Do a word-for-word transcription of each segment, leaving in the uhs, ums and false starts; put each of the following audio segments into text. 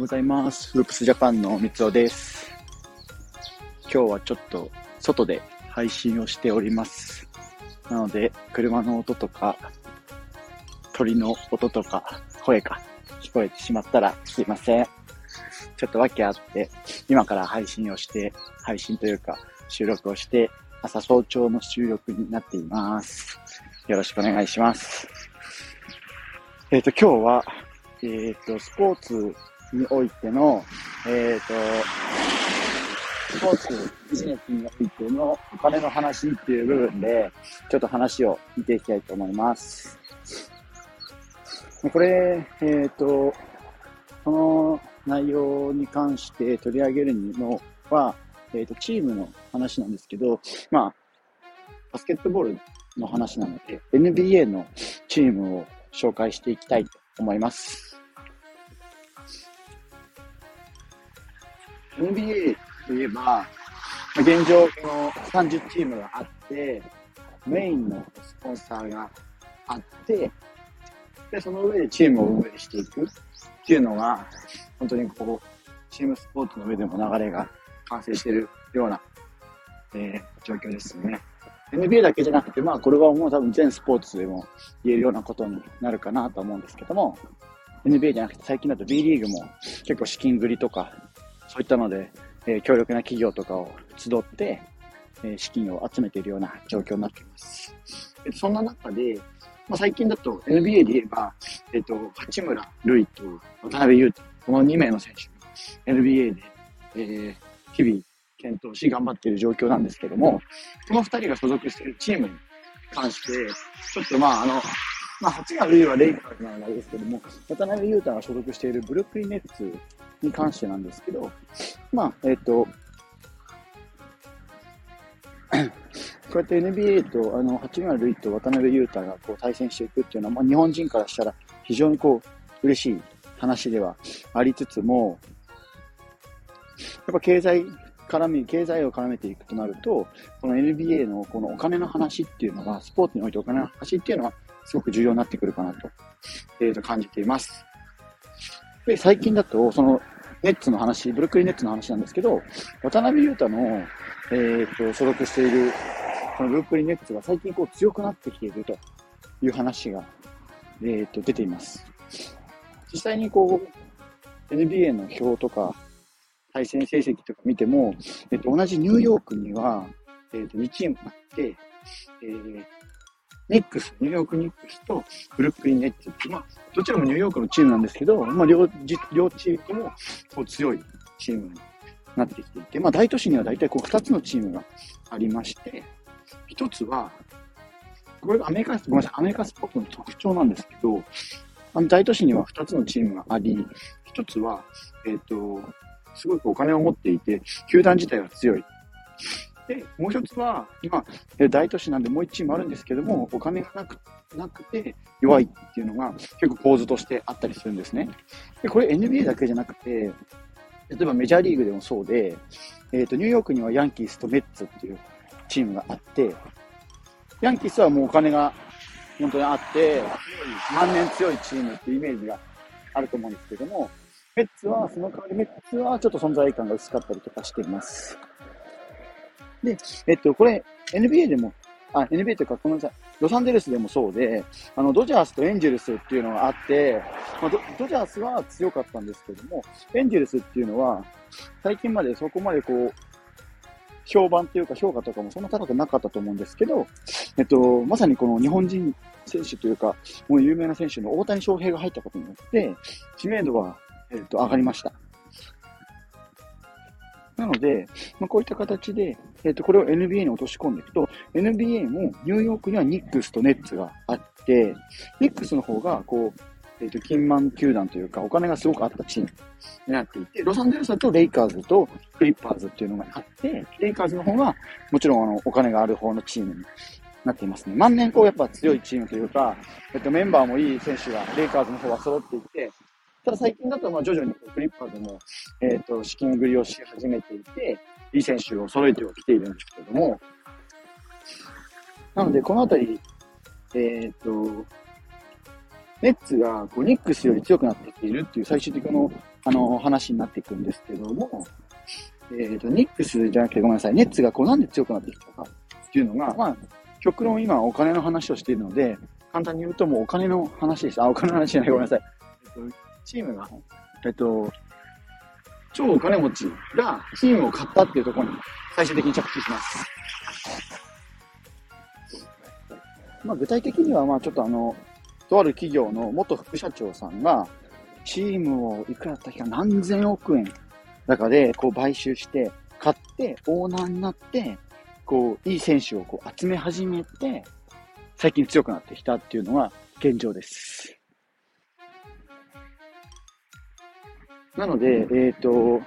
ございます。フープスジャパンのみつおです。今日はちょっと外で配信をしております。なので、車の音とか、鳥の音とか、声が聞こえてしまったらすいません。ちょっと訳あって、今から配信をして、配信というか収録をして、朝早朝の収録になっています。よろしくお願いします。えっと、今日は、えっと、スポーツにおいての、えっと、スポーツビジネスにおいてのお金の話っていう部分で、ちょっと話を見ていきたいと思います。これ、えっと、この内容に関して取り上げるのは、えっと、チームの話なんですけど、まあ、バスケットボールの話なので、エヌビーエー のチームを紹介していきたいと思います。エヌビーエー といえば、現状このさんじゅうチームがあって、メインのスポンサーがあって、で、その上でチームを運営していくっていうのが、本当にこう、チームスポーツの上でも流れが完成しているような、えー、状況ですね。エヌビーエー だけじゃなくて、まあこれはもう多分全スポーツでも言えるようなことになるかなと思うんですけども、エヌビーエー じゃなくて最近だと B リーグも結構資金繰りとか、そういったので、えー、強力な企業とかを集って、えー、資金を集めているような状況になっています。そんな中で、まあ、最近だと エヌビーエー で言えば、えっと、八村塁と渡辺裕太、このに名の選手が エヌビーエー で、えー、日々検討し頑張っている状況なんですけども、このふたりが所属しているチームに関して、ちょっとまあ、あの、まあ、八村塁はレイカーズなのですけども、渡辺裕太が所属しているブルックリンネッツに関してなんですけど、まあ、えっと、こうやって エヌビーエー と、あの、八村塁と渡辺裕太がこう対戦していくっていうのは、まあ、日本人からしたら非常にこう、嬉しい話ではありつつも、やっぱ経済絡み、経済を絡めていくとなると、この エヌビーエー のこのお金の話っていうのが、スポーツにおいてお金の話っていうのは、すごく重要になってくるかなと、えー、と感じています。で、最近だと、その、ネッツの話、ブルックリンネッツの話なんですけど、渡辺裕太の、えー、と所属している、このブルックリンネッツが最近こう強くなってきているという話が、えー、と出ています。実際にこう、エヌビーエー の表とか、対戦成績とか見ても、えー、と同じニューヨークには、えー、とにチームあって、えーニックス、ニューヨークニックスとブルックリンネッツって、まあ、どちらもニューヨークのチームなんですけど、まあ、両、両チームとも、こう、強いチームになってきていて、まあ、大都市には大体こう、二つのチームがありまして、一つは、これがアメリカ、ごめんなさい、アメリカスポーツの特徴なんですけど、あの大都市には二つのチームがあり、一つは、えっと、すごいお金を持っていて、球団自体は強い。で、もう一つは、今、大都市なんでもう一チームあるんですけども、お金がなく、なくて弱いっていうのが結構構図としてあったりするんですね。で、これ エヌビーエー だけじゃなくて、例えばメジャーリーグでもそうで、えっと、ニューヨークにはヤンキースとメッツっていうチームがあって、ヤンキースはもうお金が本当にあって、万年強いチームっていうイメージがあると思うんですけども、メッツは、その代わりメッツはちょっと存在感が薄かったりとかしています。で、えっと、これ、エヌビーエー でも、あ、エヌビーエー というか、このロサンゼルスでもそうで、あの、ドジャースとエンジェルスっていうのがあって、まあ、ド, ドジャースは強かったんですけども、エンジェルスっていうのは、最近までそこまでこう、評判というか評価とかもそんな高くなかったと思うんですけど、えっと、まさにこの日本人選手というか、もう有名な選手の大谷翔平が入ったことによって、知名度は、えっと、上がりました。なので、まあ、こういった形で、えっと、これを エヌビーエー に落とし込んでいくと、エヌビーエー もニューヨークにはニックスとネッツがあって、ニックスの方が、こう、えっと、金満球団というか、お金がすごくあったチームになっていて、ロサンゼルスだとレイカーズとクリッパーズっていうのがあって、レイカーズの方が、もちろんあの、お金がある方のチームになっていますね。万年こう、やっぱ強いチームというか、えっと、メンバーもいい選手が、レイカーズの方は揃っていて、ただ最近だと、まあ、徐々にクリッパーズも、えっと、資金繰りをし始めていて、いい選手を揃えてはきているんですけれども、なので、このあたり、えっと、 ネッツがこうニックスより強くなってきているっていう最終的なあの話になっていくんですけども、えっ、ー、と、ニックスじゃなくてごめんなさい、ネッツがこうなんで強くなってきたかっていうのが、まあ、極論今お金の話をしているので、簡単に言うともうお金の話です。あ、お金の話じゃない、ごめんなさい。えっと、チームが、えっと、超お金持ちがチームを買ったっていうところに最終的に着地します。まあ、具体的には、まあちょっとあの、とある企業の元副社長さんが、チームをいくらだったっけか何千億円中でこう買収して、買って、オーナーになって、こう、いい選手をこう集め始めて、最近強くなってきたっていうのが現状です。なので、えっと、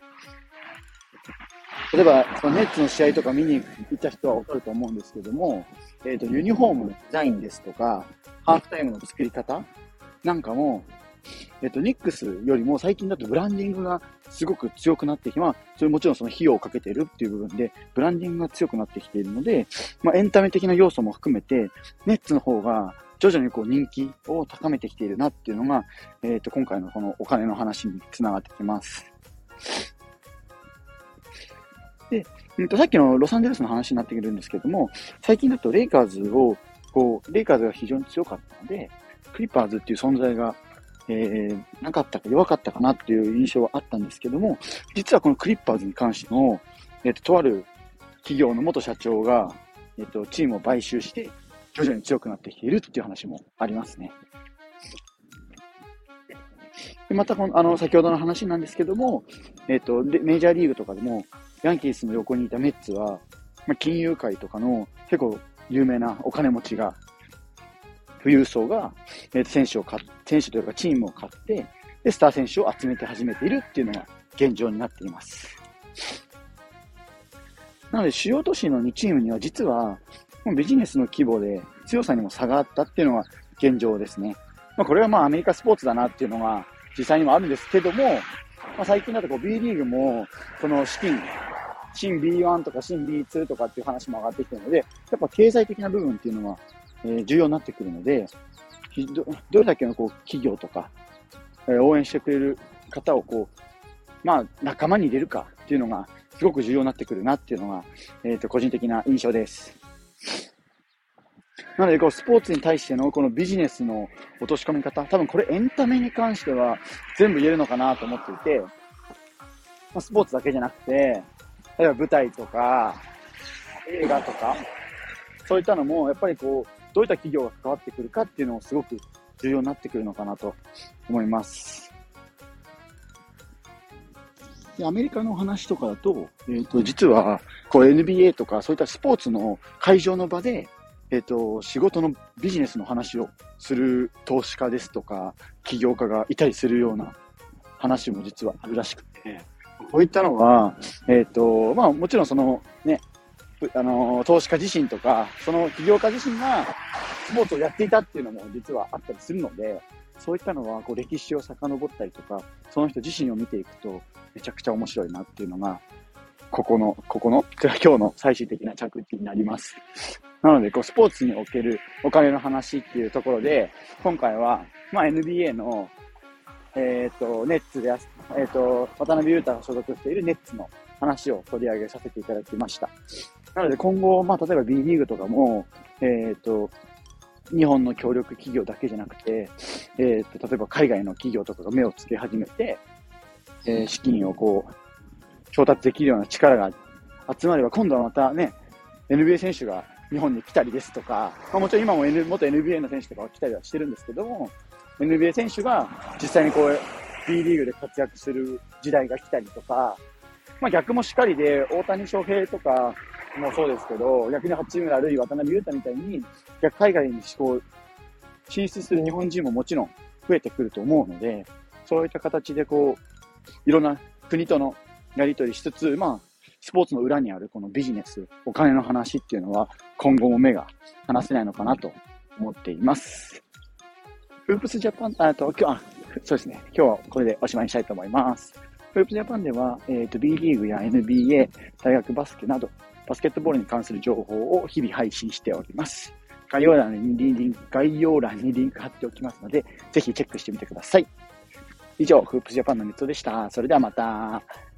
例えば、ネッツの試合とか見に行った人はわかると思うんですけども、えっと、ユニフォームのデザインですとか、ハーフタイムの作り方なんかも、えっと、ニックスよりも最近だとブランディングがすごく強くなってきて、まあ、それもちろんその費用をかけているっていう部分で、ブランディングが強くなってきているので、まあ、エンタメ的な要素も含めて、ネッツの方が徐々にこう人気を高めてきているなっていうのが、えっと、今回のこのお金の話につながってきます。で、うんと、さっきのロサンゼルスの話になってくるんですけども、最近だとレイカーズを、こう、レイカーズが非常に強かったので、クリッパーズっていう存在が、えー、なかったか弱かったかなっていう印象はあったんですけども、実はこのクリッパーズに関しての、えっと、とある企業の元社長が、えっと、チームを買収して、徐々に強くなってきているっていう話もありますね。でまたこの、あの、先ほどの話なんですけども、えっと、メジャーリーグとかでも、ヤンキースの横にいたメッツは、まあ、金融界とかの結構有名なお金持ちが、富裕層が、えー、選手を買っ、選手というかチームを買って、で、スター選手を集めて始めているっていうのが現状になっています。なので、主要都市のにチームには実は、ビジネスの規模で強さにも差があったっていうのが現状ですね。まあ、これはまあアメリカスポーツだなっていうのが実際にもあるんですけども、まあ、最近だとこう B リーグも、その資金、新 ビーワン とか新 ビーツー とかっていう話も上がってきてるので、やっぱ経済的な部分っていうのは、えー、重要になってくるので、ど, どれだけのこう企業とか、えー、応援してくれる方をこう、まあ仲間に入れるかっていうのがすごく重要になってくるなっていうのが、えっと、個人的な印象です。なので、こう、スポーツに対してのこのビジネスの落とし込み方、多分これエンタメに関しては全部言えるのかなと思っていて、まあ、スポーツだけじゃなくて、例えば舞台とか、映画とか、そういったのも、やっぱりこう、どういった企業が関わってくるかっていうのもすごく重要になってくるのかなと思います。で、アメリカの話とかだと、えっと、実は、こう エヌビーエー とかそういったスポーツの会場の場で、えっと、仕事のビジネスの話をする投資家ですとか、起業家がいたりするような話も実はあるらしくて、こういったのは、えっと、まあもちろんそのね、あの、投資家自身とか、その起業家自身がスポーツをやっていたっていうのも実はあったりするので、そういったのはこう歴史を遡ったりとか、その人自身を見ていくとめちゃくちゃ面白いなっていうのが、ここの、ここの、今日の最終的な着地になります。なので、こう、スポーツにおけるお金の話っていうところで、今回は、まあ、エヌビーエー の、えっと、ネッツで、えっと、渡辺裕太が所属しているネッツの話を取り上げさせていただきました。なので、今後、まあ、例えば B リーグとかも、えっと、日本の協力企業だけじゃなくて、えっと、例えば海外の企業とかが目をつけ始めて、えー、資金をこう、調達できるような力が集まれば、今度はまたね、エヌビーエー 選手が日本に来たりですとか、まあ、もちろん今も、N、元 エヌビーエー の選手とかは来たりはしてるんですけども、エヌビーエー 選手が実際にこう B リーグで活躍する時代が来たりとか、まあ逆もしっかりで、大谷翔平とかもそうですけど、逆に八村塁、渡辺裕太みたいに、逆海外にこう進出する日本人ももちろん増えてくると思うので、そういった形でこう、いろんな国とのやり取りしつつ、まあ、スポーツの裏にあるこのビジネス、お金の話っていうのは今後も目が離せないのかなと思っています。フープスジャパン、あと、今日、あ、そうですね。今日はこれでおしまいにしたいと思います。フープスジャパンでは、えっと、B リーグや エヌビーエー、大学バスケなど、バスケットボールに関する情報を日々配信しております。 概要欄にリンク、概要欄にリンク貼っておきますので、ぜひチェックしてみてください。以上、フープジャパンのみつおでした。それではまた。